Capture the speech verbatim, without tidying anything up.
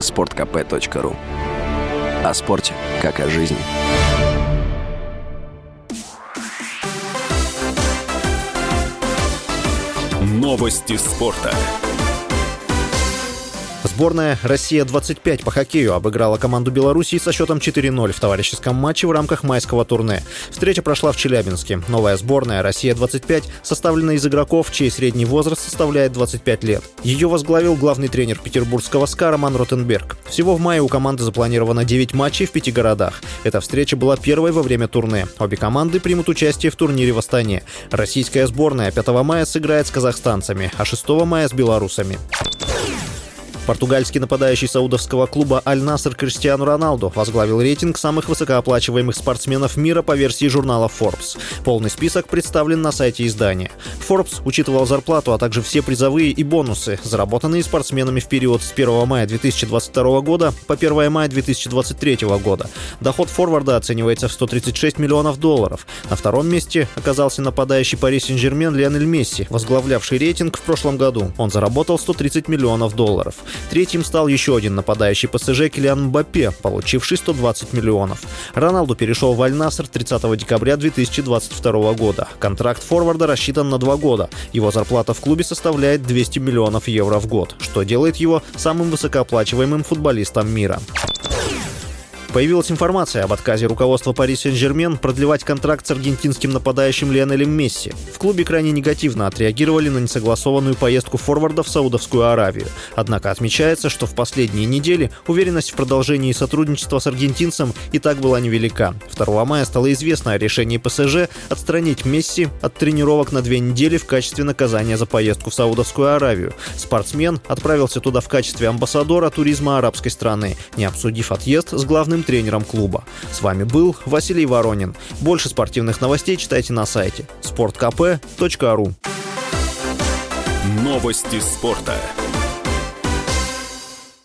спорт ка пэ точка ру. О спорте, как о жизни. Новости спорта. Сборная «Россия-двадцать пять» по хоккею обыграла команду Белоруссии со счетом четыре ноль в товарищеском матче в рамках майского турне. Встреча прошла в Челябинске. Новая сборная «Россия-двадцать пять» составлена из игроков, чей средний возраст составляет двадцать пять лет. Ее возглавил главный тренер петербургского СКА Роман Ротенберг. Всего в мае у команды запланировано девять матчей в пяти городах. Эта встреча была первой во время турне. Обе команды примут участие в турнире в Астане. Российская сборная пятого мая сыграет с казахстанцами, а шестого мая с белорусами. Португальский нападающий саудовского клуба «Аль-Наср» Криштиану Роналду возглавил рейтинг самых высокооплачиваемых спортсменов мира по версии журнала Forbes. Полный список представлен на сайте издания. Forbes учитывал зарплату, а также все призовые и бонусы, заработанные спортсменами в период с первого мая две тысячи двадцать второго года по первого мая две тысячи двадцать третьего года. Доход форварда оценивается в сто тридцать шесть миллионов долларов. На втором месте оказался нападающий Пари Сен-Жермен Лионель Месси, возглавлявший рейтинг в прошлом году. Он заработал сто тридцать миллионов долларов. Третьим стал еще один нападающий ПСЖ Килиан Мбаппе, получивший сто двадцать миллионов. Роналду перешел в Аль-Наср тридцатого декабря две тысячи двадцать второго года. Контракт форварда рассчитан на два года. Его зарплата в клубе составляет двести миллионов евро в год, что делает его самым высокооплачиваемым футболистом мира. Появилась информация об отказе руководства Пари Сен-Жермен продлевать контракт с аргентинским нападающим Лионелем Месси. В клубе крайне негативно отреагировали на несогласованную поездку форварда в Саудовскую Аравию. Однако отмечается, что в последние недели уверенность в продолжении сотрудничества с аргентинцем и так была невелика. второго мая стало известно о решении ПСЖ отстранить Месси от тренировок на две недели в качестве наказания за поездку в Саудовскую Аравию. Спортсмен отправился туда в качестве амбассадора туризма арабской страны, не обсудив отъезд с главным тренером клуба. С вами был Василий Воронин. Больше спортивных новостей читайте на сайте спорт ка пэ точка ру. Новости спорта.